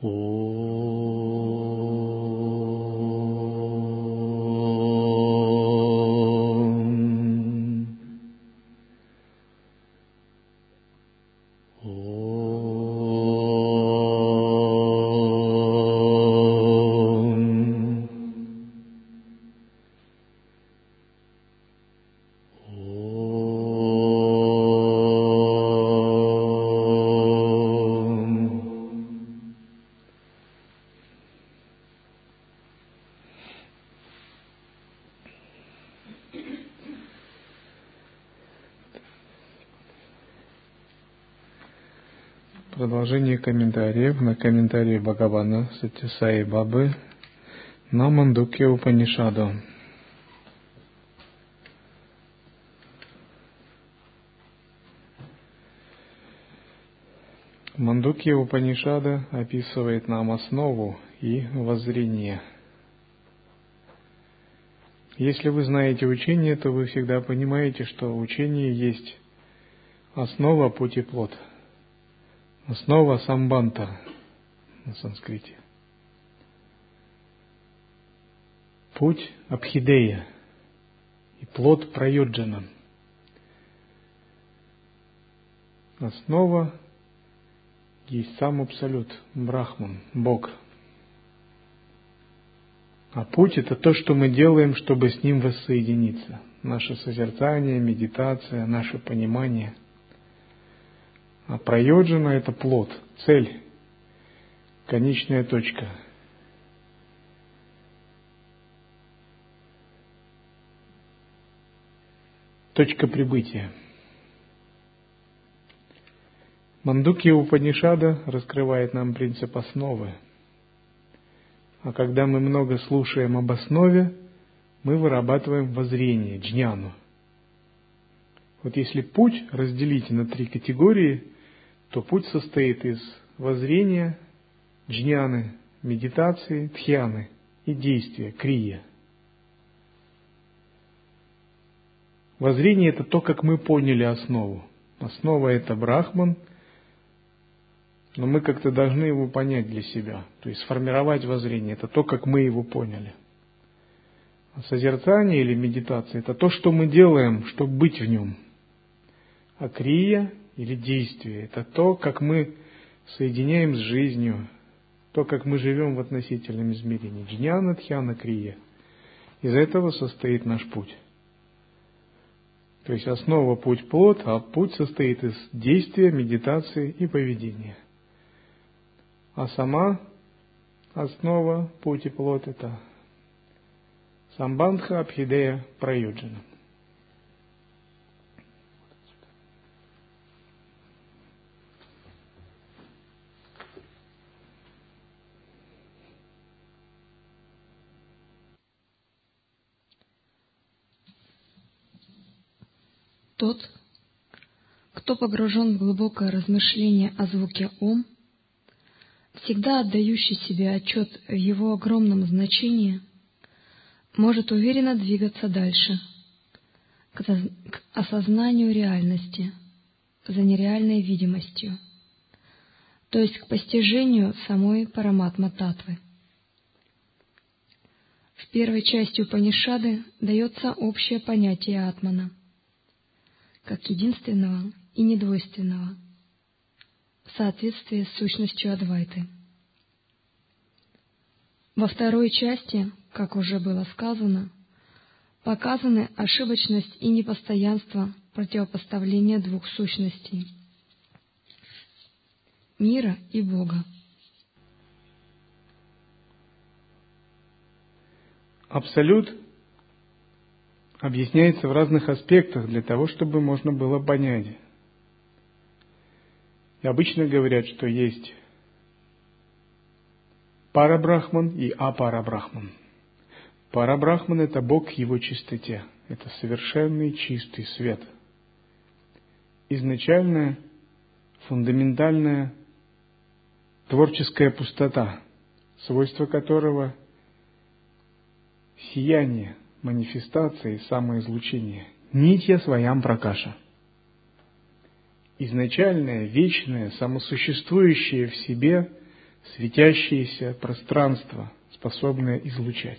Продолжение комментариев на комментарии Бхагавана Сатьясаи Бабы на Мандукья Упанишаду. Мандукья Упанишада описывает нам основу и воззрение. Если вы знаете учение, то вы всегда понимаете, что учение есть основа, путь и плод. Основа самбанта на санскрите. Путь абхидея и плод прайоджана. Основа есть сам абсолют, Брахман, Бог. А путь — это то, что мы делаем, чтобы с Ним воссоединиться. Наше созерцание, медитация, наше понимание. А прайоджана — это плод, цель, конечная точка. Точка прибытия. Мандукья Упанишада раскрывает нам принцип основы. А когда мы много слушаем об основе, мы вырабатываем воззрение, джняну. Вот если путь разделить на 3 категории, то путь состоит из воззрения, джняны, медитации, дхьяны и действия, крия. Воззрение — это то, как мы поняли основу. Основа — это Брахман, но мы как-то должны его понять для себя. То есть сформировать воззрение — это то, как мы его поняли. А созерцание или медитация — это то, что мы делаем, чтобы быть в нем. А крия или действие — это то, как мы соединяем с жизнью, то, как мы живем в относительном измерении. Джняна, дхьяна, крия. Из этого состоит наш путь. То есть основа — путь, плод, а путь состоит из действия, медитации и поведения. А сама основа, путь и плод — это самбандха, абхидея, прайоджана. Тот, кто погружен в глубокое размышление о звуке «Ом», всегда отдающий себе отчет в его огромном значении, может уверенно двигаться дальше, к осознанию реальности, за нереальной видимостью, то есть к постижению самой Параматма-татвы. В первой части Упанишады дается общее понятие атмана, как единственного и недвойственного, в соответствии с сущностью Адвайты. Во второй части, как уже было сказано, показаны ошибочность и непостоянство противопоставления двух сущностей — мира и Бога. Абсолют объясняется в разных аспектах для того, чтобы можно было понять. И обычно говорят, что есть парабрахман и апарабрахман. Парабрахман — это Бог в его чистоте. Это совершенный чистый свет. Изначальная, фундаментальная, творческая пустота, свойство которого — сияние, манифестация и самоизлучение. Нитья сваям пракаша. Изначальное, вечное, самосуществующее в себе светящееся пространство, способное излучать.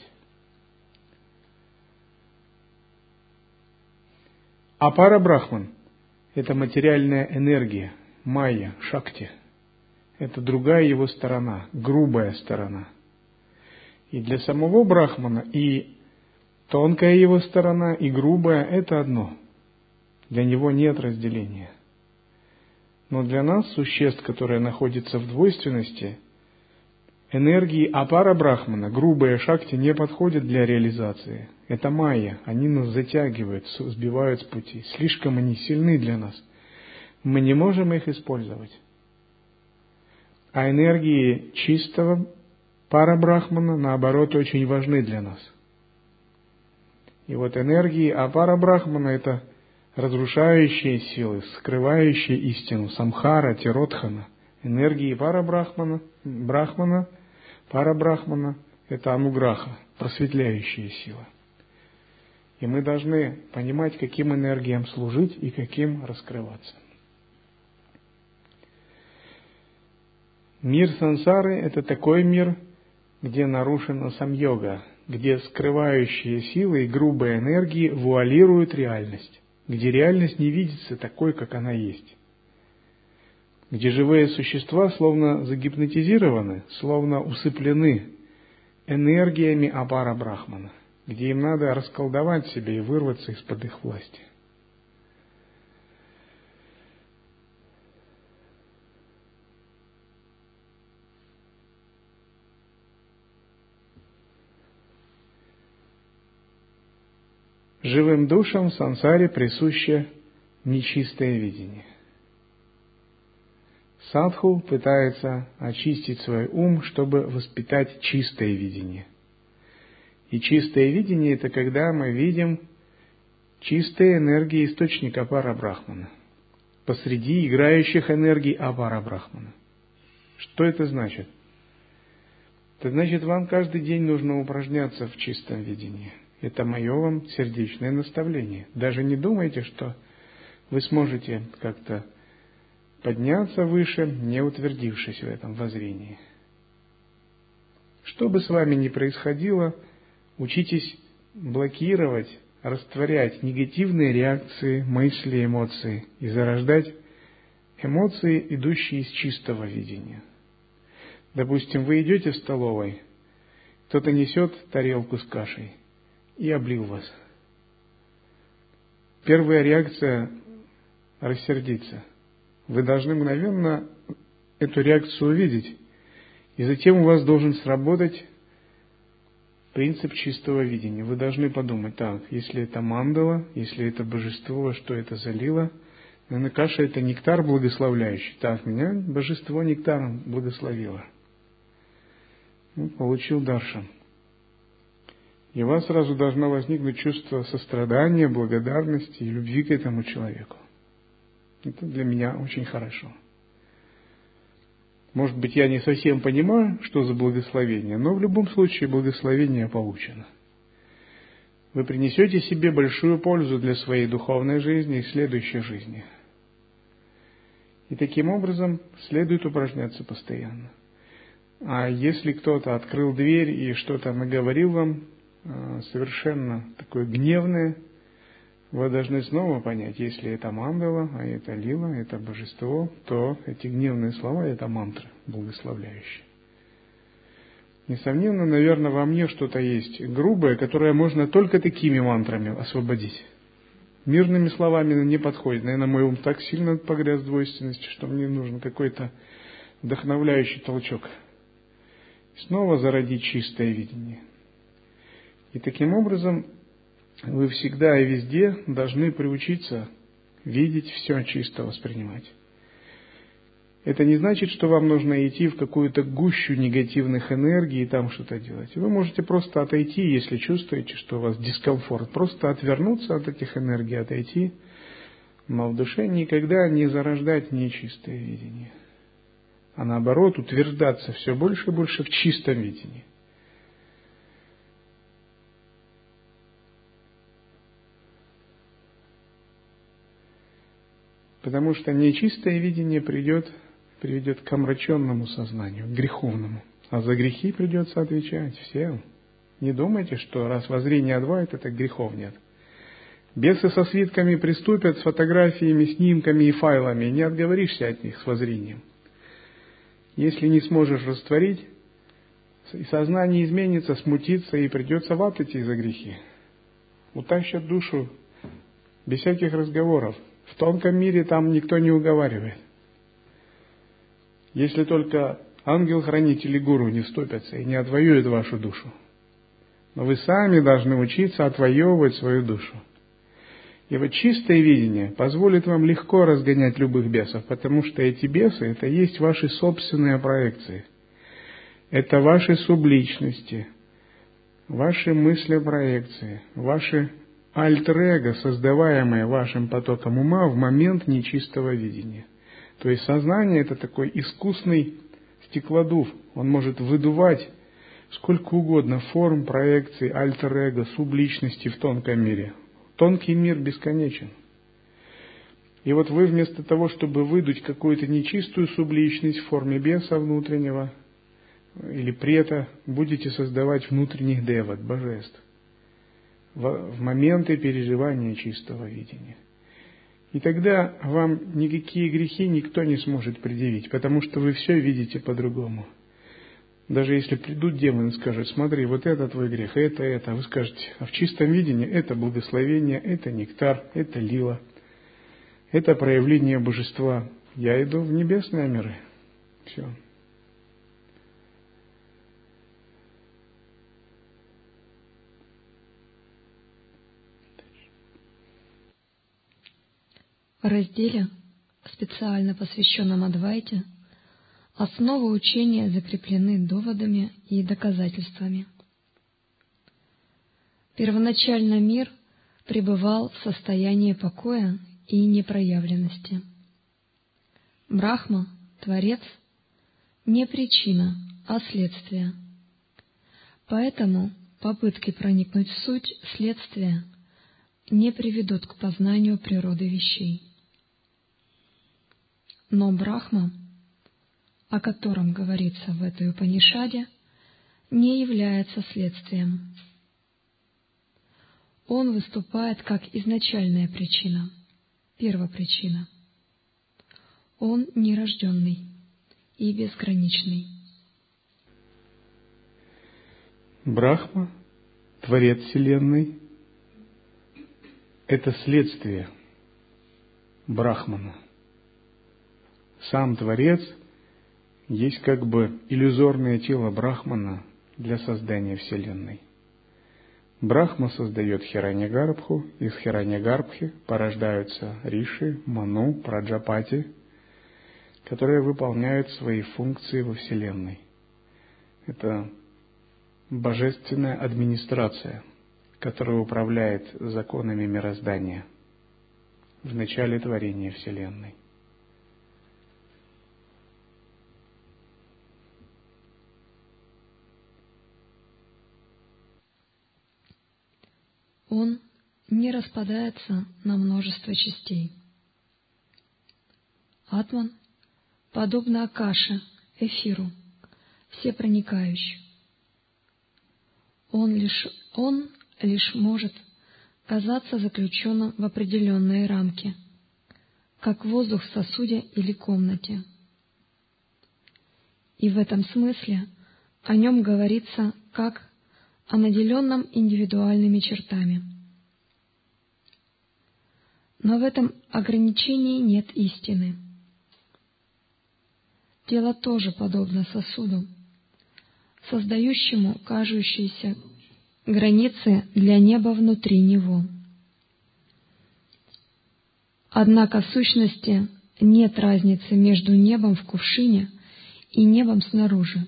Апара Брахман – это материальная энергия, майя, шакти. Это другая его сторона, грубая сторона. И для самого Брахмана и тонкая его сторона, и грубая – это одно. Для него нет разделения. Но для нас, существ, которые находятся в двойственности, энергии апара Брахмана, грубые шакти, не подходят для реализации. Это майя, они нас затягивают, сбивают с пути. Слишком они сильны для нас. Мы не можем их использовать. А энергии чистого пара Брахмана, наоборот, очень важны для нас. И вот энергии апара Брахмана – это разрушающие силы, скрывающие истину, самхара, тиротхана. Энергии пара Брахмана – это ануграха, просветляющая сила. И мы должны понимать, каким энергиям служить и каким раскрываться. Мир сансары – это такой мир, где нарушена самьога, где скрывающие силы и грубые энергии вуалируют реальность, где реальность не видится такой, как она есть, где живые существа словно загипнотизированы, словно усыплены энергиями апара Брахмана, где им надо расколдовать себя и вырваться из-под их власти. Живым душам в сансаре присуще нечистое видение. Садху пытается очистить свой ум, чтобы воспитать чистое видение. И чистое видение – это когда мы видим чистые энергии источника апара Брахмана посреди играющих энергий апара Брахмана. Что это значит? Это значит, вам каждый день нужно упражняться в чистом видении. Это мое вам сердечное наставление. Даже не думайте, что вы сможете как-то подняться выше, не утвердившись в этом воззрении. Что бы с вами ни происходило, учитесь блокировать, растворять негативные реакции, мысли, эмоции и зарождать эмоции, идущие из чистого видения. Допустим, вы идете в столовой, кто-то несет тарелку с кашей и облил вас. Первая реакция – рассердиться. Вы должны мгновенно эту реакцию увидеть, и затем у вас должен сработать принцип чистого видения. Вы должны подумать: так, если это мандала, если это божество, что это залило, наверное, каша – это нектар благословляющий. Так, меня божество нектаром благословило. Получил даршан. И у вас сразу должно возникнуть чувство сострадания, благодарности и любви к этому человеку. Это для меня очень хорошо. Может быть, я не совсем понимаю, что за благословение, но в любом случае благословение получено. Вы принесете себе большую пользу для своей духовной жизни и следующей жизни. И таким образом следует упражняться постоянно. А если кто-то открыл дверь и что-то наговорил вам, совершенно такое гневное, вы должны снова понять: если это мандала, а это лила, это божество, то эти гневные слова – это мантры благословляющие. Несомненно, наверное, во мне что-то есть грубое, которое можно только такими мантрами освободить. Мирными словами не подходит. Наверное, мой ум так сильно погряз в двойственности, что мне нужен какой-то вдохновляющий толчок. Снова зародить чистое видение. И таким образом вы всегда и везде должны приучиться видеть все чисто, воспринимать. Это не значит, что вам нужно идти в какую-то гущу негативных энергий и там что-то делать. Вы можете просто отойти, если чувствуете, что у вас дискомфорт. Просто отвернуться от этих энергий, отойти, но в душе никогда не зарождать нечистое видение, а наоборот утверждаться все больше и больше в чистом видении. Потому что нечистое видение приведет к омраченному сознанию, к греховному. А за грехи придется отвечать всем. Не думайте, что раз воззрение Адвайты, так грехов нет. Бесы со свитками приступят, с фотографиями, снимками и файлами, не отговоришься от них с воззрением. Если не сможешь растворить, и сознание изменится, смутится, и придется в ад идти за грехи. Утащат душу без всяких разговоров. В тонком мире там никто не уговаривает. Если только ангел-хранитель и гуру не вступятся и не отвоюют вашу душу. Но вы сами должны учиться отвоевывать свою душу. И вот чистое видение позволит вам легко разгонять любых бесов, потому что эти бесы – это есть ваши собственные проекции. Это ваши субличности, ваши мысли-проекции, ваши альтер-эго, создаваемые вашим потоком ума в момент нечистого видения. То есть сознание – это такой искусный стеклодув. Он может выдувать сколько угодно форм, проекций, альтер-эго, субличности в тонком мире. Тонкий мир бесконечен. И вот вы вместо того, чтобы выдуть какую-то нечистую субличность в форме беса внутреннего или прета, будете создавать внутренних деват, божеств, в моменты переживания чистого видения. И тогда вам никакие грехи никто не сможет предъявить, потому что вы все видите по-другому. Даже если придут демоны и скажут: смотри, вот это твой грех, это, а вы скажете: а в чистом видении это благословение, это нектар, это лила, это проявление божества. Я иду в небесные миры. Все. В разделе, специально посвященном Адвайте, основы учения закреплены доводами и доказательствами. Первоначально мир пребывал в состоянии покоя и непроявленности. Брахма, Творец, не причина, а следствие. Поэтому попытки проникнуть в суть следствия не приведут к познанию природы вещей. Но Брахма, о котором говорится в этой Упанишаде, не является следствием. Он выступает как изначальная причина, первопричина. Он нерожденный и безграничный. Брахма, Творец Вселенной, это следствие Брахмана. Сам Творец есть как бы иллюзорное тело Брахмана для создания Вселенной. Брахма создает Хираньягарбху, из Хираньягарбхи порождаются Риши, Ману, Праджапати, которые выполняют свои функции во Вселенной. Это божественная администрация, которая управляет законами мироздания в начале творения Вселенной. Он не распадается на множество частей. Атман, подобно Акаше, эфиру, всепроникающий. Он лишь может казаться заключенным в определенные рамки, как воздух в сосуде или комнате. И в этом смысле о нем говорится как о наделенном индивидуальными чертами. Но в этом ограничении нет истины. Тело тоже подобно сосуду, создающему кажущиеся границы для неба внутри него. Однако в сущности нет разницы между небом в кувшине и небом снаружи.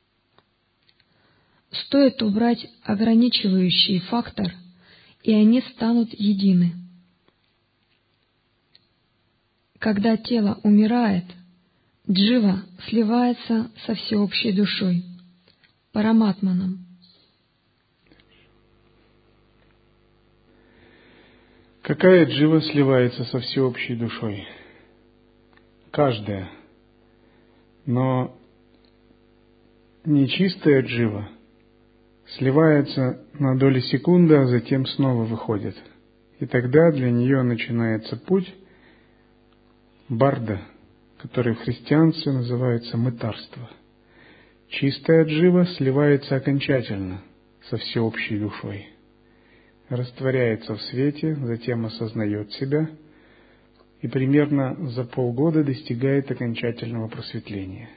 Стоит убрать ограничивающий фактор, и они станут едины. Когда тело умирает, джива сливается со всеобщей душой, параматманом. Какая джива сливается со всеобщей душой? Каждая. Но нечистая джива сливается на доли секунды, а затем снова выходит. И тогда для нее начинается путь барда, который в христианстве называется мытарство. Чистая джива сливается окончательно со всеобщей душой, растворяется в свете, затем осознает себя и примерно за полгода достигает окончательного просветления.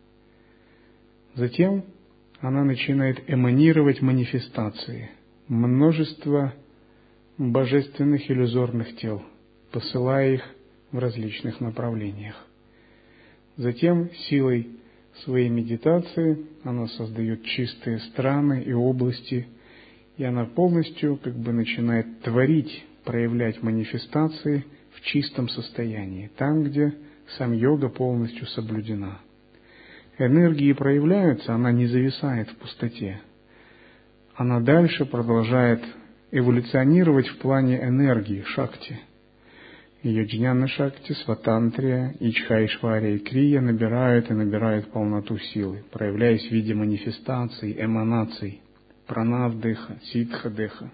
Затем она начинает эманировать манифестации, множество божественных иллюзорных тел, посылая их в различных направлениях. Затем силой своей медитации она создает чистые страны и области, и она полностью начинает творить, проявлять манифестации в чистом состоянии, там, где сам-йога полностью соблюдена. Энергии проявляются, она не зависает в пустоте. Она дальше продолжает эволюционировать в плане энергии, шакти. Ее джняна-шакти, сватантрия, ичха-ишвария и крия набирают полноту силы, проявляясь в виде манифестаций, эманаций, пранав-деха, ситха-деха.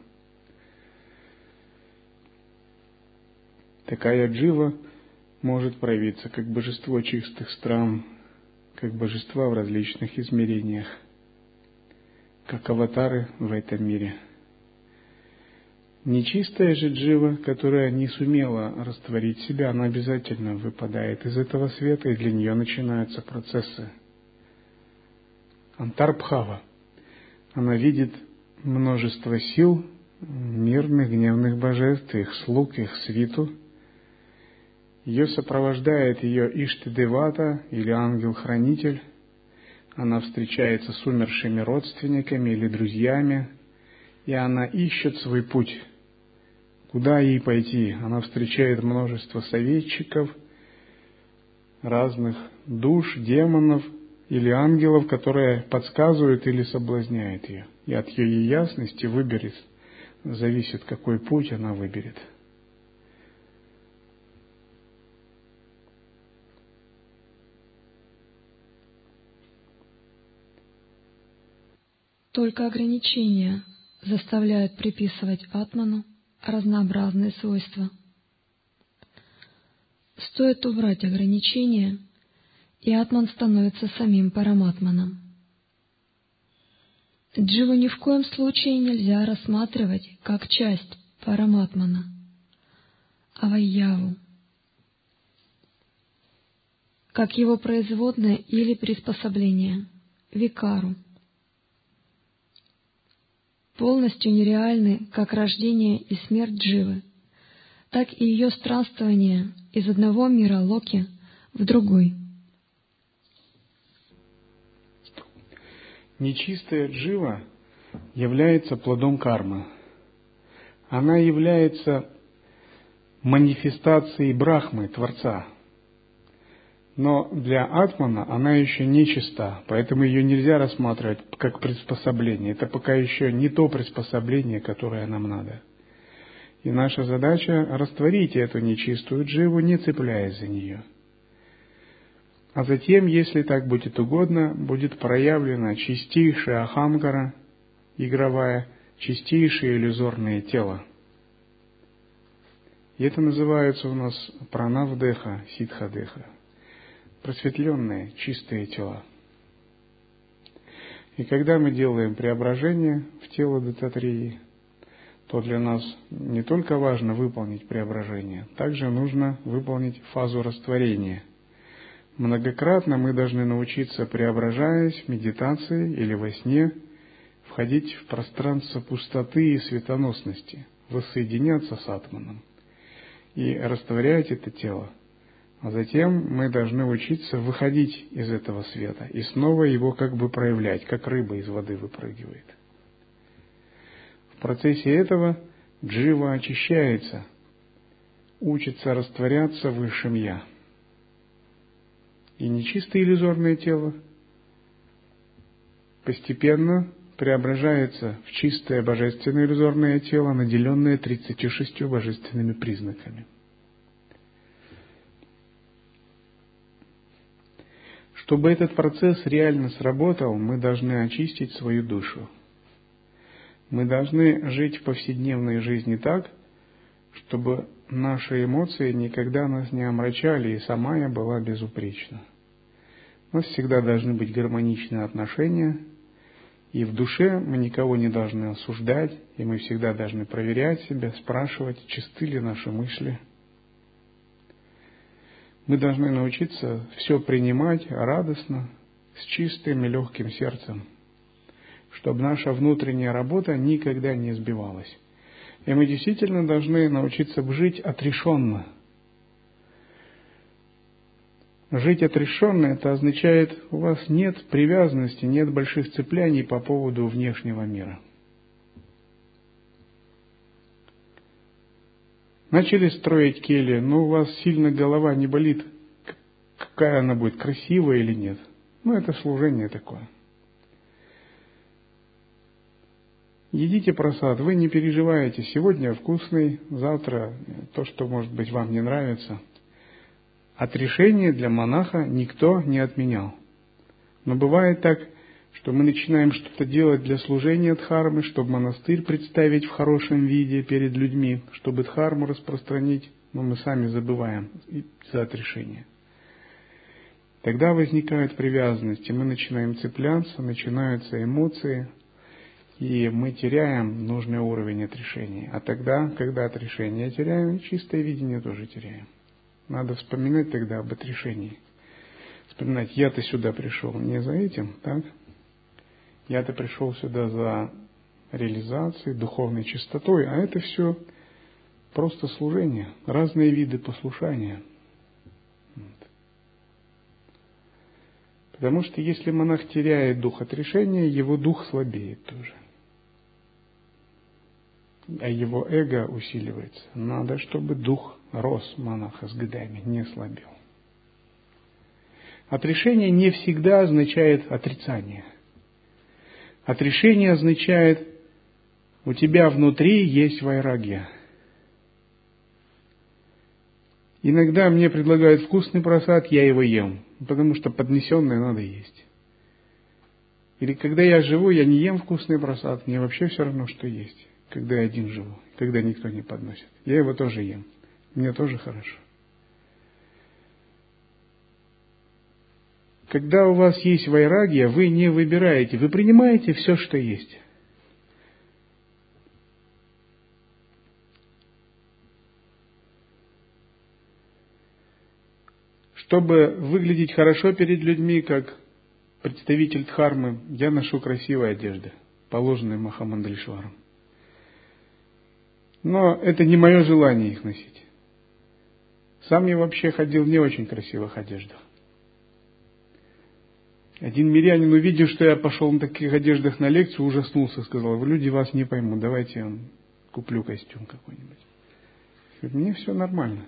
Такая джива может проявиться как божество чистых стран, как божества в различных измерениях, как аватары в этом мире. Нечистая же джива, которая не сумела растворить себя, она обязательно выпадает из этого света, и для нее начинаются процессы антарбхава. Она видит множество сил, мирных, гневных божеств, их слуг, их свиту. Ее сопровождает ее Ишта-девата или ангел-хранитель. Она встречается с умершими родственниками или друзьями, и она ищет свой путь. Куда ей пойти? Она встречает множество советчиков, разных душ, демонов или ангелов, которые подсказывают или соблазняют ее. И от ее ясности зависит, какой путь она выберет. Только ограничения заставляют приписывать атману разнообразные свойства. Стоит убрать ограничения, и атман становится самим параматманом. Дживу ни в коем случае нельзя рассматривать как часть параматмана, авайяву, как его производное или приспособление, викару. Полностью нереальны как рождение и смерть дживы, так и ее странствование из одного мира локи в другой. Нечистая джива является плодом кармы. Она является манифестацией Брахмы, Творца. Но для атмана она еще не чиста, поэтому ее нельзя рассматривать как приспособление. Это пока еще не то приспособление, которое нам надо. И наша задача — растворить эту нечистую дживу, не цепляясь за нее. А затем, если так будет угодно, будет проявлена чистейшая ахамкара, игровая, чистейшее иллюзорное тело. И это называется у нас пранав-деха, ситха-деха. Просветленные, чистые тела. И когда мы делаем преображение в тело Дататрии, то для нас не только важно выполнить преображение, также нужно выполнить фазу растворения. Многократно мы должны научиться, преображаясь в медитации или во сне, входить в пространство пустоты и светоносности, воссоединяться с атманом и растворять это тело. А затем мы должны учиться выходить из этого света и снова его проявлять, как рыба из воды выпрыгивает. В процессе этого джива очищается, учится растворяться в высшем Я. И нечистое иллюзорное тело постепенно преображается в чистое божественное иллюзорное тело, наделенное 36 божественными признаками. Чтобы этот процесс реально сработал, мы должны очистить свою душу. Мы должны жить в повседневной жизни так, чтобы наши эмоции никогда нас не омрачали, и сама я была безупречна. У нас всегда должны быть гармоничные отношения, и в душе мы никого не должны осуждать, и мы всегда должны проверять себя, спрашивать, чисты ли наши мысли. Мы должны научиться все принимать радостно, с чистым и легким сердцем, чтобы наша внутренняя работа никогда не сбивалась. И мы действительно должны научиться жить отрешенно. Жить отрешенно — это означает, у вас нет привязанности, нет больших цепляний по поводу внешнего мира. Начали строить келью, но у вас сильно голова не болит, какая она будет, красивая или нет. Это служение такое. Едите просад, вы не переживаете, сегодня вкусный, завтра то, что, может быть, вам не нравится. Отрешение для монаха никто не отменял. Но бывает так, что мы начинаем что-то делать для служения дхармы, чтобы монастырь представить в хорошем виде перед людьми, чтобы дхарму распространить, но мы сами забываем за отрешение. Тогда возникают привязанности, мы начинаем цепляться, начинаются эмоции, и мы теряем нужный уровень отрешения. А тогда, когда отрешение теряем, и чистое видение тоже теряем. Надо вспоминать тогда об отрешении. Вспоминать, я-то сюда пришел не за этим, так? Я-то пришел сюда за реализацией, духовной чистотой, а это все просто служение, разные виды послушания. Потому что если монах теряет дух отрешения, его дух слабеет тоже. А его эго усиливается. Надо, чтобы дух рос монаха с годами, не слабел. Отрешение не всегда означает отрицание. Отрешение означает, у тебя внутри есть вайрагья. Иногда мне предлагают вкусный просад, я его ем, потому что поднесенное надо есть. Или когда я живу, я не ем вкусный просад, мне вообще все равно, что есть, когда я один живу, когда никто не подносит. Я его тоже ем, мне тоже хорошо. Когда у вас есть вайрагья, вы не выбираете, вы принимаете все, что есть. Чтобы выглядеть хорошо перед людьми, как представитель дхармы, я ношу красивые одежды, положенные Махамандалишваром. Но это не мое желание их носить. Сам я вообще ходил в не очень красивых одеждах. Один мирянин, увидев, что я пошел на таких одеждах на лекцию, ужаснулся, сказал: вы люди вас не поймут, давайте я куплю костюм какой-нибудь. Мне все нормально.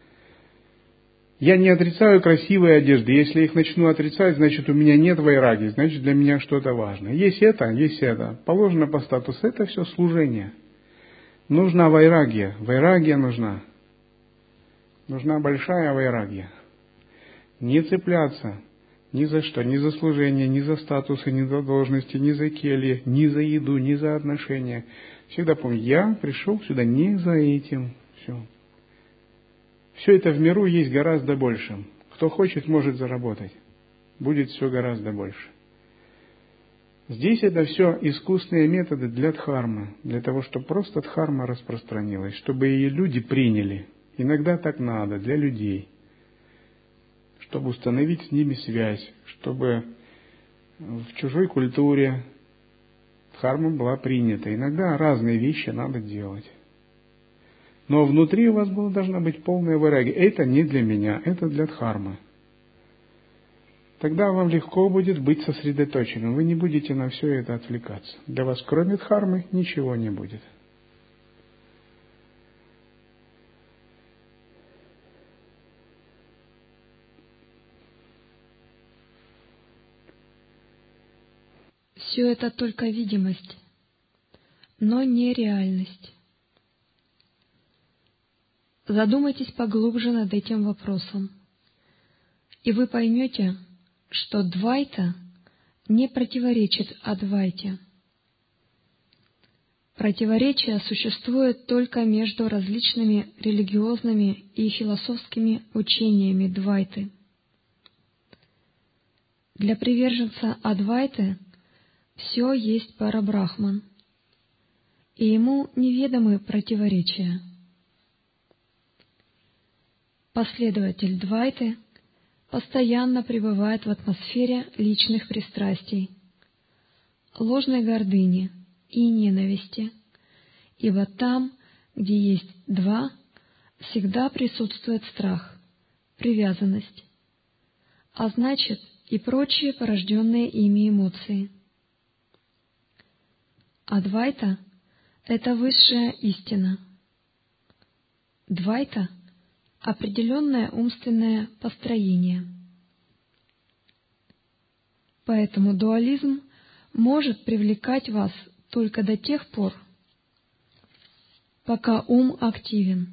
Я не отрицаю красивые одежды. Если я их начну отрицать, значит у меня нет вайраги, значит для меня что-то важно. Есть это, есть это. Положено по статусу. Это все служение. Нужна вайрагия. Вайрагия нужна. Нужна большая вайрагия. Не цепляться ни за что, ни за служение, ни за статусы, ни за должности, ни за кельи, ни за еду, ни за отношения. Всегда помни, я пришел сюда не за этим. Все. Все это в миру есть гораздо больше. Кто хочет, может заработать. Будет все гораздо больше. Здесь это все искусственные методы для дхармы, для того, чтобы просто дхарма распространилась, чтобы ее люди приняли. Иногда так надо, для людей. Чтобы установить с ними связь, чтобы в чужой культуре дхарма была принята. Иногда разные вещи надо делать. Но внутри у вас должна быть полная вайрагия. Это не для меня, это для дхармы. Тогда вам легко будет быть сосредоточенным. Вы не будете на все это отвлекаться. Для вас, кроме дхармы, ничего не будет. Все это только видимость, но не реальность. Задумайтесь поглубже над этим вопросом, и вы поймете, что Двайта не противоречит Адвайте. Противоречие существует только между различными религиозными и философскими учениями Двайты. Для приверженца Адвайты все есть Парабрахман, и ему неведомы противоречия. Последователь Двайты постоянно пребывает в атмосфере личных пристрастий, ложной гордыни и ненависти, ибо там, где есть два, всегда присутствует страх, привязанность, а значит и прочие порожденные ими эмоции. Адвайта — это высшая истина. Двайта — определенное умственное построение. Поэтому дуализм может привлекать вас только до тех пор, пока ум активен.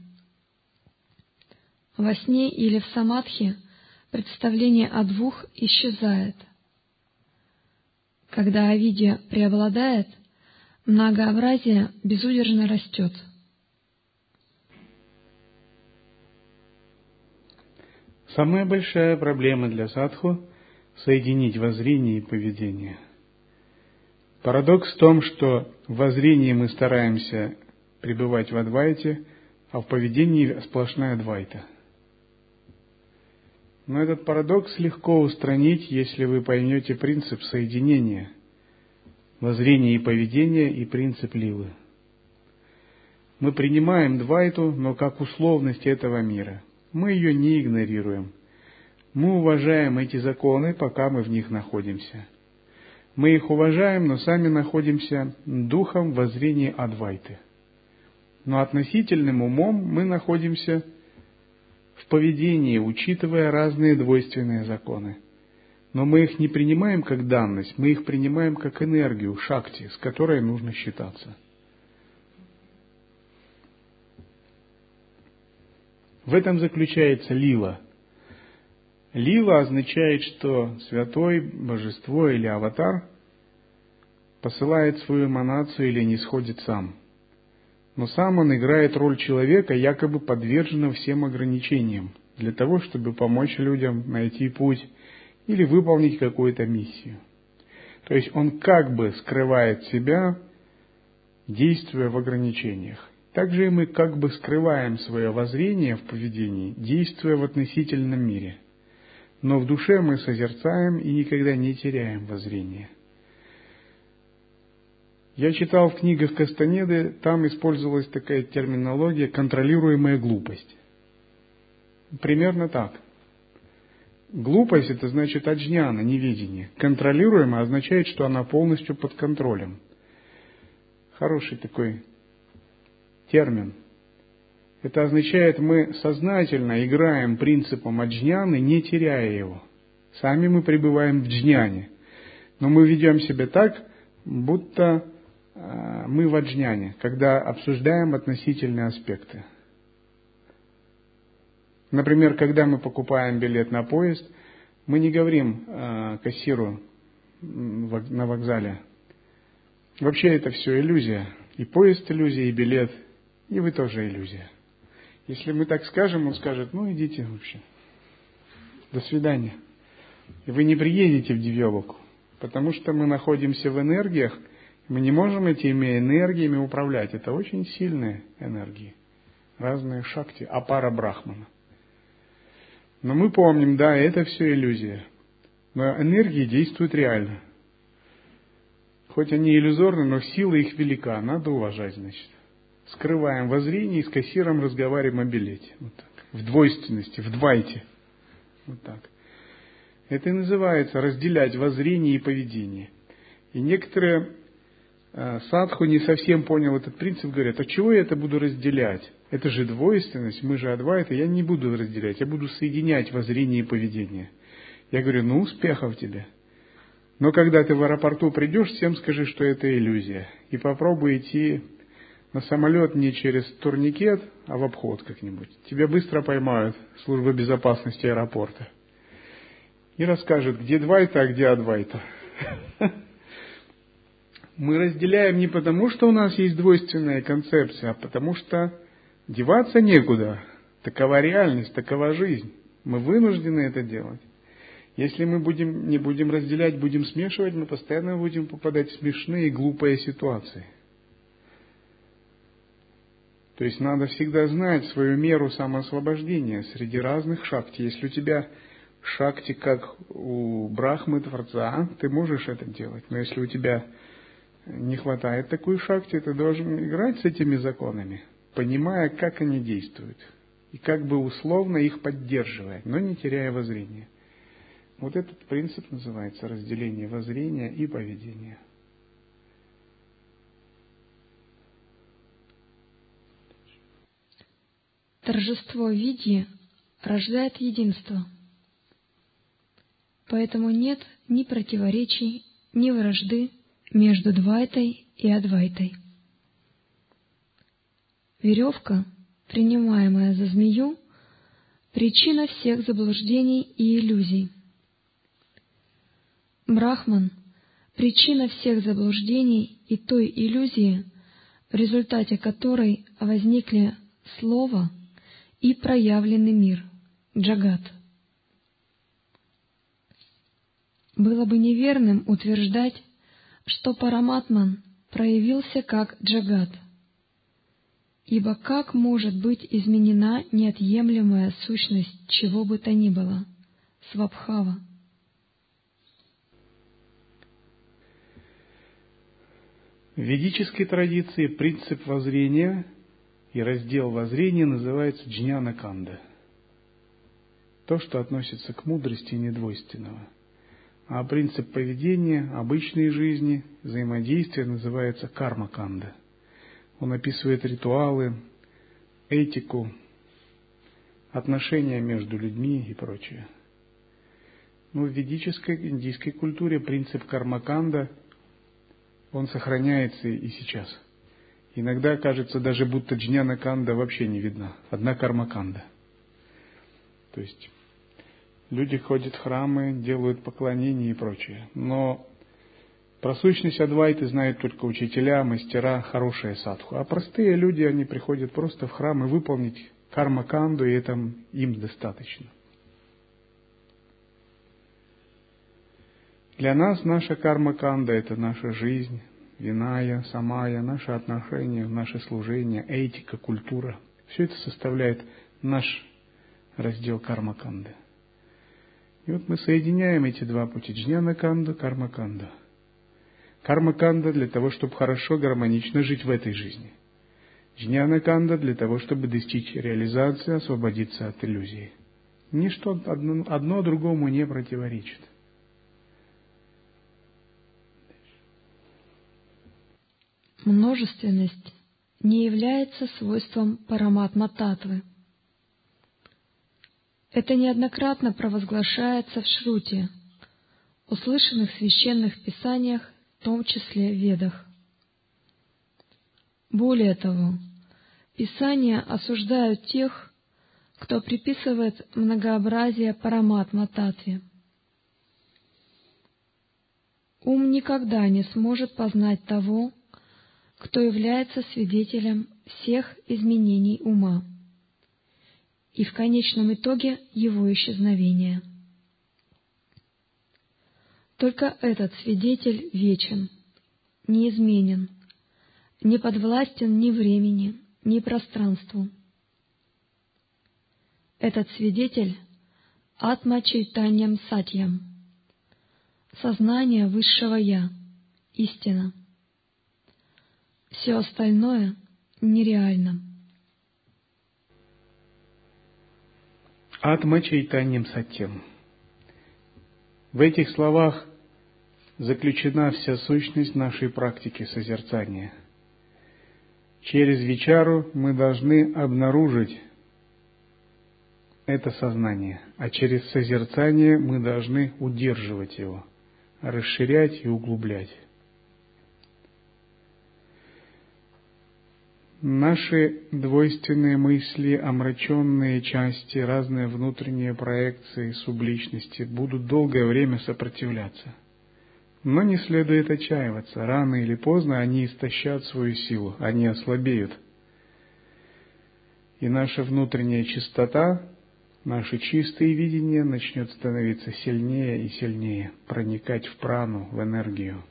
Во сне или в самадхи представление о двух исчезает. Когда авидья преобладает, многообразие безудержно растет. Самая большая проблема для садху — соединить воззрение и поведение. Парадокс в том, что в воззрении мы стараемся пребывать в Адвайте, а в поведении сплошная Двайта. Но этот парадокс легко устранить, если вы поймете принцип соединения воззрения и поведения и принцип лилы. Мы принимаем Двайту, но как условность этого мира. Мы ее не игнорируем. Мы уважаем эти законы, пока мы в них находимся. Мы их уважаем, но сами находимся духом воззрения Адвайты. Но относительным умом мы находимся в поведении, учитывая разные двойственные законы. Но мы их не принимаем как данность, мы их принимаем как энергию, шакти, с которой нужно считаться. В этом заключается лила. Лила означает, что святой, божество или аватар посылает свою эманацию или нисходит сам. Но сам он играет роль человека, якобы подверженного всем ограничениям, для того, чтобы помочь людям найти путь или выполнить какую-то миссию. То есть он как бы скрывает себя, действуя в ограничениях. Также и мы как бы скрываем свое воззрение в поведении, действуя в относительном мире. Но в душе мы созерцаем и никогда не теряем воззрение. Я читал в книгах Кастанеды, там использовалась такая терминология «контролируемая глупость». Примерно так. Глупость — это значит аджняна, неведение. Контролируемая означает, что она полностью под контролем. Хороший такой термин. Это означает, мы сознательно играем принципом аджняны, не теряя его. Сами мы пребываем в джняне, но мы ведем себя так, будто мы в аджняне, когда обсуждаем относительные аспекты. Например, когда мы покупаем билет на поезд, мы не говорим кассиру на вокзале: вообще это все иллюзия. И поезд иллюзия, и билет, и вы тоже иллюзия. Если мы так скажем, он скажет: ну идите вообще, до свидания. И вы не приедете в Дивьялоку, потому что мы находимся в энергиях, мы не можем этими энергиями управлять. Это очень сильные энергии, разные шакти, апара брахмана. Но мы помним, да, это все иллюзия. Но энергии действуют реально. Хоть они иллюзорны, но сила их велика, надо уважать, значит. Скрываем воззрение и с кассиром разговариваем о билете. Вот так. В двойственности, в двайте. Вот так. Это и называется разделять воззрение и поведение. И некоторые садху не совсем понял этот принцип, говорят: а чего я это буду разделять? Это же двойственность, мы же адвайта, я не буду разделять, я буду соединять воззрение и поведение. Я говорю: ну, успехов тебе. Но когда ты в аэропорту придешь, всем скажи, что это иллюзия. И попробуй идти на самолет не через турникет, а в обход как-нибудь. Тебя быстро поймают службы безопасности аэропорта. и расскажет, где Двайта, а где Адвайта. Мы разделяем не потому, что у нас есть двойственная концепция, а потому что деваться некуда. Такова реальность, такова жизнь. Мы вынуждены это делать. Если мы не будем разделять, будем смешивать, мы постоянно будем попадать в смешные и глупые ситуации. То есть надо всегда знать свою меру самоосвобождения среди разных шакти. Если у тебя шакти, как у Брахмы Творца, ты можешь это делать. Но если у тебя не хватает такой шакти, ты должен играть с этими законами, понимая, как они действуют. И как бы условно их поддерживая, но не теряя воззрения. Вот этот принцип называется разделение воззрения и поведения. Торжество видьи рождает единство. Поэтому нет ни противоречий, ни вражды между Двайтой и Адвайтой. Веревка, принимаемая за змею, причина всех заблуждений и иллюзий. Брахман — причина всех заблуждений и той иллюзии, в результате которой возникли слово и проявленный мир, джагат. Было бы неверным утверждать, что Параматман проявился как джагат, ибо как может быть изменена неотъемлемая сущность чего бы то ни было, свабхава? В ведической традиции принцип воззрения и раздел воззрения называется джняна-канда. То, что относится к мудрости недвойственного. А принцип поведения, обычной жизни, взаимодействия называется карма-канда. Он описывает ритуалы, этику, отношения между людьми и прочее. Но в ведической, индийской культуре принцип карма-канда, он сохраняется и сейчас. Иногда кажется даже, будто джняна-канда вообще не видна. Одна карма-канда. То есть люди ходят в храмы, делают поклонения и прочее. Но про сущность Адвайты знают только учителя, мастера, хорошие садху. А простые люди, они приходят просто в храм и выполнить карма-канду, и это им достаточно. Для нас наша карма-канда – это наша жизнь, виная, самая, наши отношения, наше служение, этика, культура. Все это составляет наш раздел карма-канды. И вот мы соединяем эти два пути – джняна-канда, карма-канда. Карма-канда для того, чтобы хорошо, гармонично жить в этой жизни. Джняна-канда для того, чтобы достичь реализации, освободиться от иллюзий. Ничто одно другому не противоречит. Множественность не является свойством Параматма-татвы. Это неоднократно провозглашается в Шрути, услышанных в священных писаниях, в том числе в Ведах. Более того, писания осуждают тех, кто приписывает многообразие Параматма-татве. Ум никогда не сможет познать того, кто является свидетелем всех изменений ума, и в конечном итоге его исчезновения. Только этот свидетель вечен, неизменен, не подвластен ни времени, ни пространству. Этот свидетель — Атма Чайтаньям Сатьям, сознание высшего Я, истина. Все остальное нереально. Атма Чайтаньям Сатьям. В этих словах заключена вся сущность нашей практики созерцания. Через вичару мы должны обнаружить это сознание, а через созерцание мы должны удерживать его, расширять и углублять. Наши двойственные мысли, омраченные части, разные внутренние проекции субличности будут долгое время сопротивляться. Но не следует отчаиваться. Рано или поздно они истощат свою силу, они ослабеют. И наша внутренняя чистота, наше чистое видение начнет становиться сильнее и сильнее, проникать в прану, в энергию.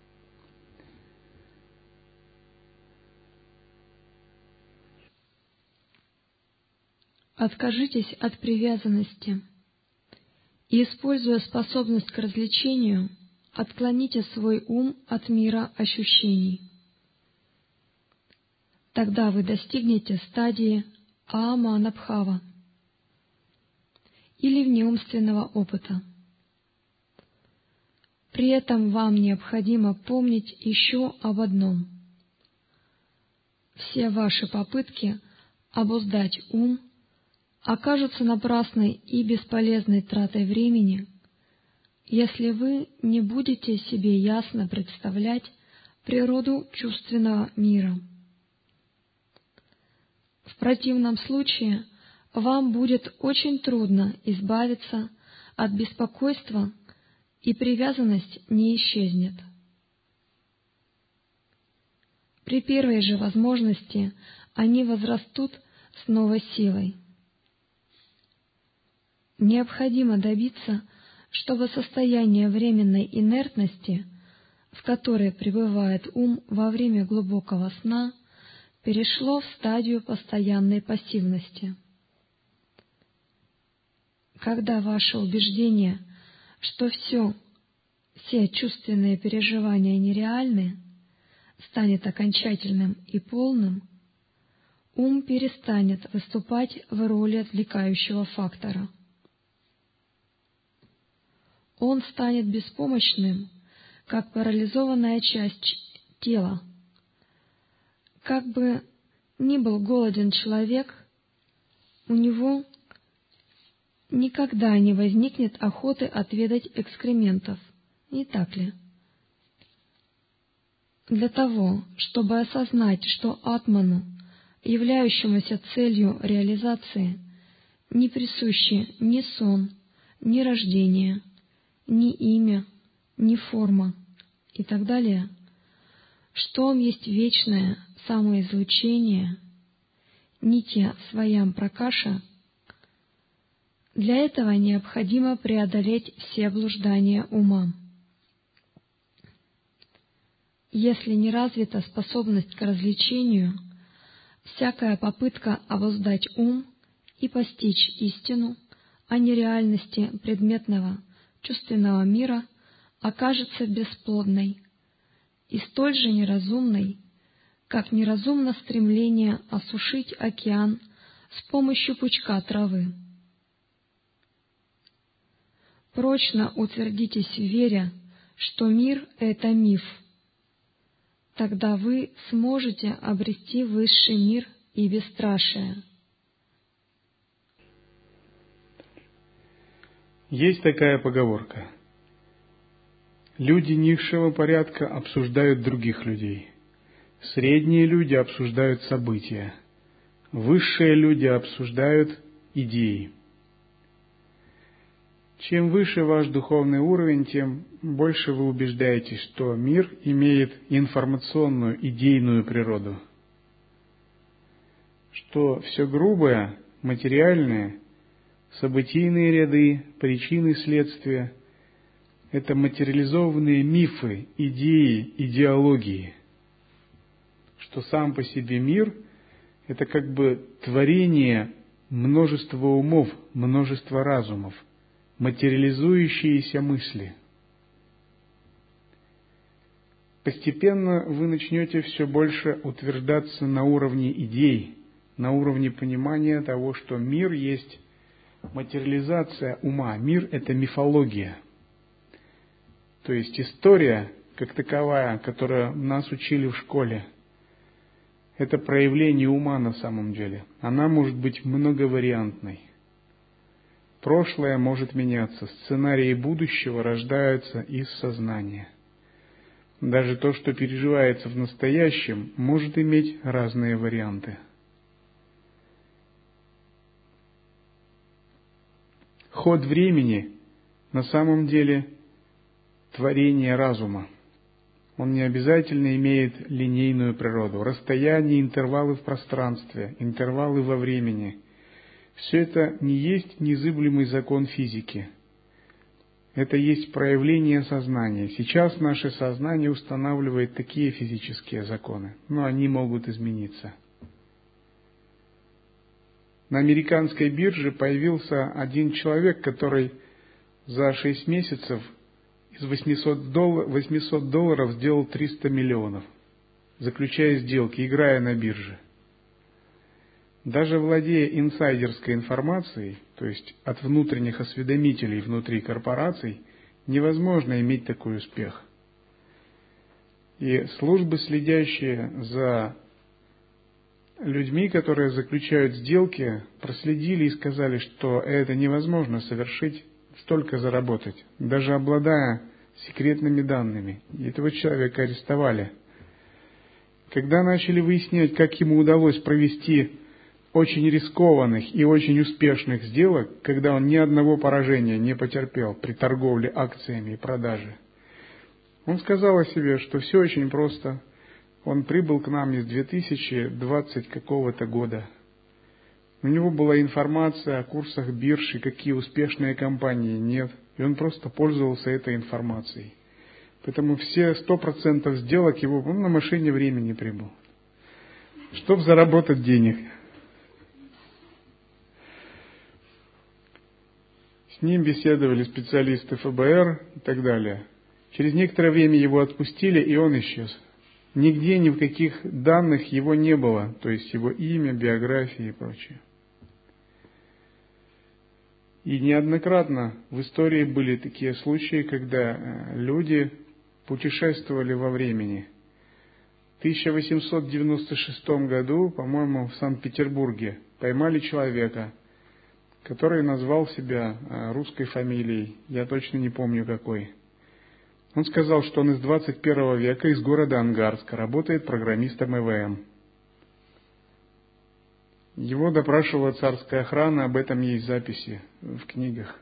Откажитесь от привязанности и, используя способность к развлечению, отклоните свой ум от мира ощущений. Тогда вы достигнете стадии Ааманабхава или внеумственного опыта. При этом вам необходимо помнить еще об одном. Все ваши попытки обуздать ум окажутся напрасной и бесполезной тратой времени, если вы не будете себе ясно представлять природу чувственного мира. В противном случае вам будет очень трудно избавиться от беспокойства, и привязанность не исчезнет. При первой же возможности они возрастут с новой силой. Необходимо добиться, чтобы состояние временной инертности, в которой пребывает ум во время глубокого сна, перешло в стадию постоянной пассивности. Когда ваше убеждение, что все чувственные переживания нереальны, станет окончательным и полным, ум перестанет выступать в роли отвлекающего фактора. Он станет беспомощным, как парализованная часть тела. Как бы ни был голоден человек, у него никогда не возникнет охоты отведать экскрементов, не так ли? Для того, чтобы осознать, что атману, являющемуся целью реализации, не присущи ни сон, ни рождение, ни имя, ни форма и так далее, что он есть вечное самоизлучение, нитья своям пракаша, для этого необходимо преодолеть все блуждания ума. Если не развита способность к развлечению, всякая попытка обуздать ум и постичь истину о нереальности предметного чувственного мира окажется бесплодной и столь же неразумной, как неразумно стремление осушить океан с помощью пучка травы. Прочно утвердитесь в вере, что мир — это миф. Тогда вы сможете обрести высший мир и бесстрашие. Есть такая поговорка. Люди низшего порядка обсуждают других людей. Средние люди обсуждают события. Высшие люди обсуждают идеи. Чем выше ваш духовный уровень, тем больше вы убеждаетесь, что мир имеет информационную, идейную природу. Что все грубое, материальное, событийные ряды, причины, следствия — это материализованные мифы, идеи, идеологии. Что сам по себе мир — это как бы творение множества умов, множества разумов, материализующиеся мысли. Постепенно вы начнете все больше утверждаться на уровне идей, на уровне понимания того, что мир есть материализация ума. Мир — это мифология. То есть история, как таковая, которую нас учили в школе, это проявление ума на самом деле. Она может быть многовариантной. Прошлое может меняться, сценарии будущего рождаются из сознания. Даже то, что переживается в настоящем, может иметь разные варианты. Ход времени на самом деле творение разума. Он не обязательно имеет линейную природу. Расстояние, интервалы в пространстве, интервалы во времени – все это не есть незыблемый закон физики. Это есть проявление сознания. Сейчас наше сознание устанавливает такие физические законы, но они могут измениться. На американской бирже появился один человек, который за 6 месяцев из $800 сделал 300 миллионов, заключая сделки, играя на бирже. Даже владея инсайдерской информацией, то есть от внутренних осведомителей внутри корпораций, невозможно иметь такой успех. И службы, следящие за людьми, которые заключают сделки, проследили и сказали, что это невозможно совершить, столько заработать, даже обладая секретными данными. И этого человека арестовали. Когда начали выяснять, как ему удалось провести очень рискованных и очень успешных сделок, когда он ни одного поражения не потерпел при торговле акциями и продаже, он сказал о себе, что все очень просто. Он прибыл к нам из 2020 какого-то года. У него была информация о курсах бирж и какие успешные компании нет, и он просто пользовался этой информацией. Поэтому все 100% сделок его, он на машине времени прибыл, чтобы заработать денег. С ним беседовали специалисты ФБР и так далее. Через некоторое время его отпустили, и он исчез. Нигде, ни в каких данных его не было, то есть его имя, биография и прочее. И неоднократно в истории были такие случаи, когда люди путешествовали во времени. В 1896 году, по-моему, в Санкт-Петербурге поймали человека, который назвал себя русской фамилией, я точно не помню какой. Он сказал, что он из 21 века, из города Ангарска, работает программистом ЭВМ. Его допрашивала царская охрана, об этом есть записи в книгах.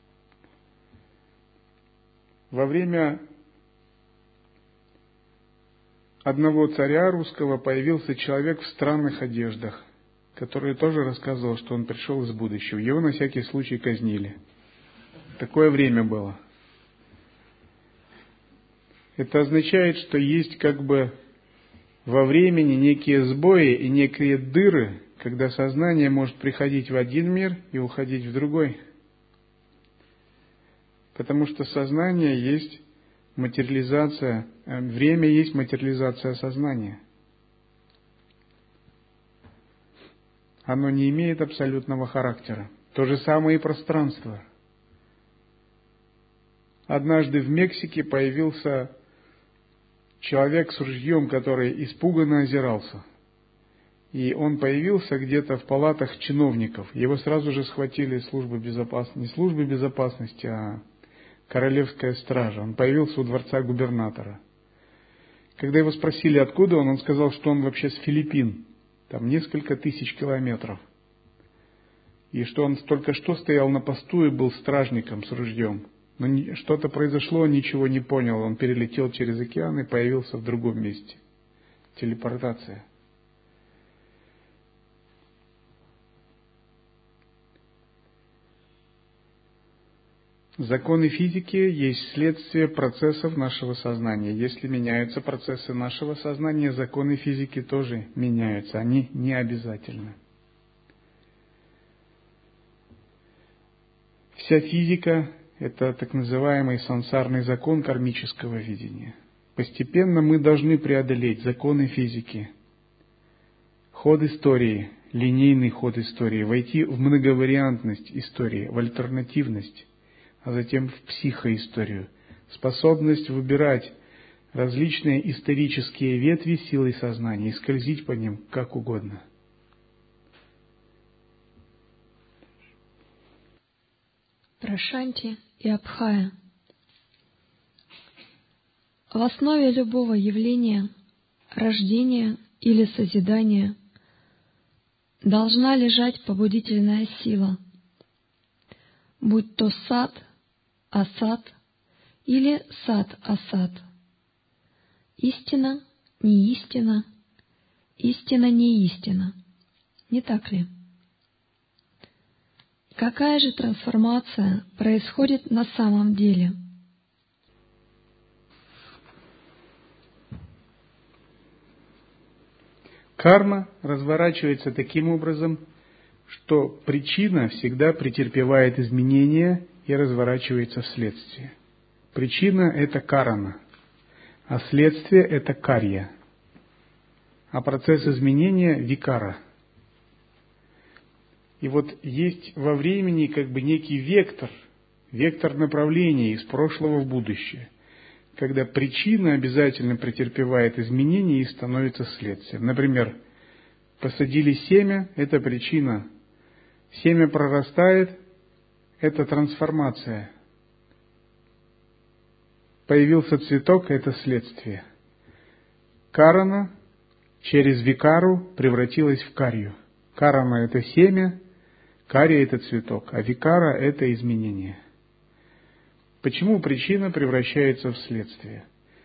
Во время одного царя русского появился человек в странных одеждах, который тоже рассказывал, что он пришел из будущего. Его на всякий случай казнили. Такое время было. Это означает, что есть как бы во времени некие сбои и некие дыры, когда сознание может приходить в один мир и уходить в другой. Потому что сознание есть материализация, время есть материализация сознания. Оно не имеет абсолютного характера. То же самое и пространство. Однажды в Мексике появился человек с ружьем, который испуганно озирался. И он появился где-то в палатах чиновников. Его сразу же схватили службы безопасности, не службы безопасности, а королевская стража. Он появился у дворца губернатора. Когда его спросили, откуда он сказал, что он вообще с Филиппин. Там несколько тысяч километров. И что он только что стоял на посту и был стражником с ружьем. Но что-то произошло, он ничего не понял. Он перелетел через океан и появился в другом месте. Телепортация. Законы физики есть следствие процессов нашего сознания. Если меняются процессы нашего сознания, законы физики тоже меняются. Они не обязательны. Вся физика – это так называемый сансарный закон кармического видения. Постепенно мы должны преодолеть законы физики, ход истории, линейный ход истории, войти в многовариантность истории, в альтернативность, а затем в психоисторию, способность выбирать различные исторические ветви силой сознания и скользить по ним как угодно. Прошанти и Абхая. В основе любого явления, рождения или созидания должна лежать побудительная сила, будь то сад, асад или сад-асад, истина, неистина, истина, неистина. Не так ли? Какая же трансформация происходит на самом деле? Карма разворачивается таким образом, что причина всегда претерпевает изменения и разворачивается в следствие. Причина – это карана, а следствие – это карья, а процесс изменения – викара. И вот есть во времени как бы некий вектор направления из прошлого в будущее, когда причина обязательно претерпевает изменения и становится следствием. Например, посадили семя – это причина. Семя прорастает – это трансформация. Появился цветок – это следствие. Карана через викару превратилась в карью. Карана – это семя, кария – это цветок, а викара – это изменение. Почему причина превращается в следствие?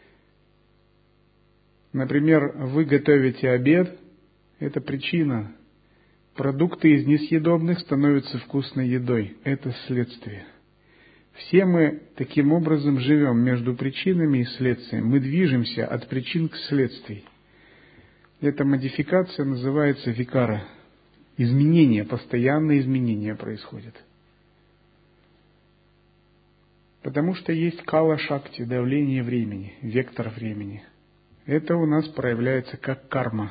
Например, вы готовите обед – это причина. Продукты из несъедобных становятся вкусной едой – это следствие. Все мы таким образом живем между причинами и следствием. Мы движемся от причин к следствию. Эта модификация называется викара. Изменения, постоянные изменения происходят. Потому что есть кала-шакти, давление времени, вектор времени. Это у нас проявляется как карма.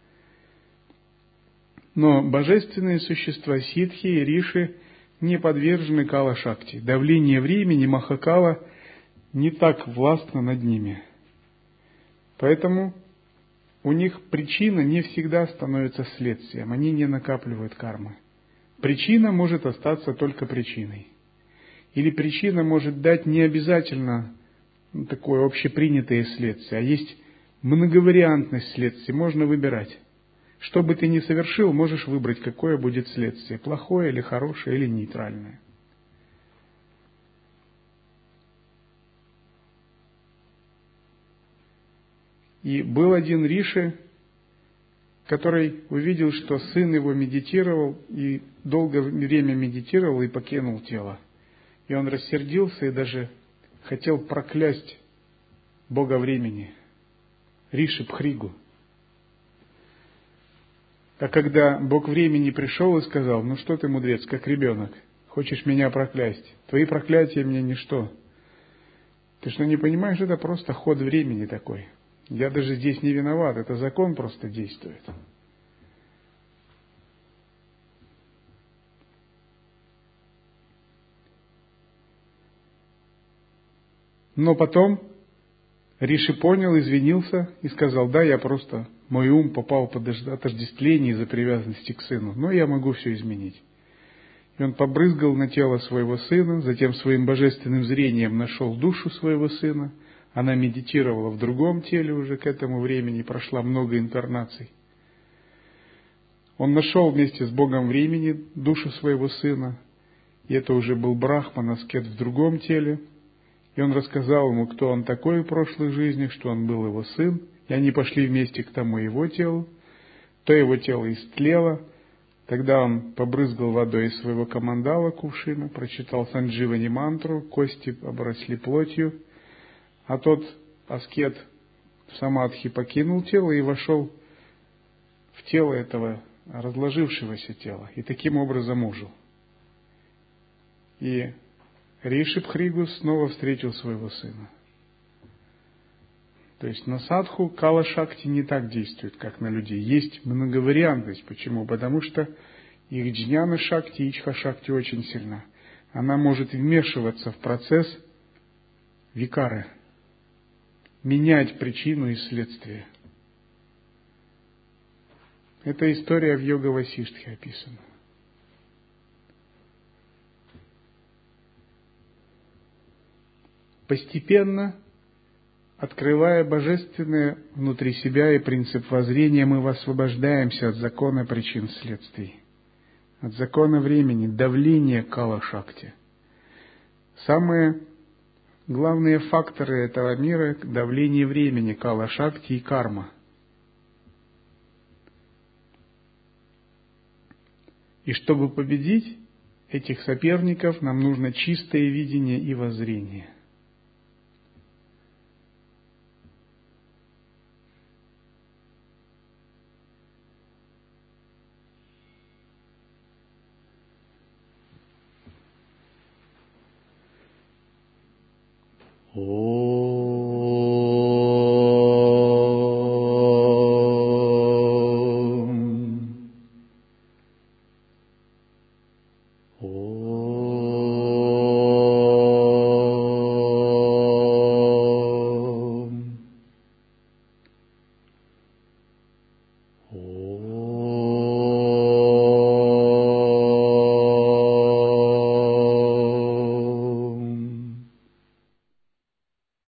Но божественные существа ситхи и риши не подвержены кала-шакти. Давление времени, махакала, не так властно над ними. Поэтому у них причина не всегда становится следствием. Они не накапливают кармы. Причина может остаться только причиной. Или причина может дать не обязательно такое общепринятое следствие, а есть многовариантность следствий, можно выбирать. Что бы ты ни совершил, можешь выбрать, какое будет следствие, плохое или хорошее, или нейтральное. И был один риши, который увидел, что сын его медитировал, и долгое время медитировал, и покинул тело. И он рассердился и даже хотел проклясть Бога времени, Риши Бхригу. А когда Бог времени пришел и сказал: ну что ты, мудрец, как ребенок, хочешь меня проклясть? Твои проклятия мне ничто. Ты что, не понимаешь, это просто ход времени такой. Я даже здесь не виноват, это закон просто действует. Но потом Риши понял, извинился и сказал: да, я просто, мой ум попал под отождествление из-за привязанности к сыну, но я могу все изменить. И он побрызгал на тело своего сына, затем своим божественным зрением нашел душу своего сына, она медитировала в другом теле уже к этому времени, прошла много инкарнаций. Он нашел вместе с Богом времени душу своего сына, и это уже был Брахман, аскет в другом теле. И он рассказал ему, кто он такой в прошлых жизнях, что он был его сын. И они пошли вместе к тому его телу. То его тело истлело. Тогда он побрызгал водой из своего камандала, кувшина, прочитал Сандживани мантру, кости обросли плотью. А тот аскет в самадхи покинул тело и вошел в тело этого разложившегося тела. И таким образом ужил. И Риши Бхригу снова встретил своего сына. То есть на садху кала-шакти не так действует, как на людей. Есть многовариантность. Почему? Потому что их джняна-шакти, ичха-шакти очень сильна. Она может вмешиваться в процесс викары, менять причину и следствие. Эта история в Йога-Васиштхе описана. Постепенно открывая божественное внутри себя и принцип воззрения, мы освобождаемся от закона причин следствий, от закона времени, давления кала-шакти. Самые главные факторы этого мира – давление времени, кала-шакти и карма. И чтобы победить этих соперников, нам нужно чистое видение и воззрение. О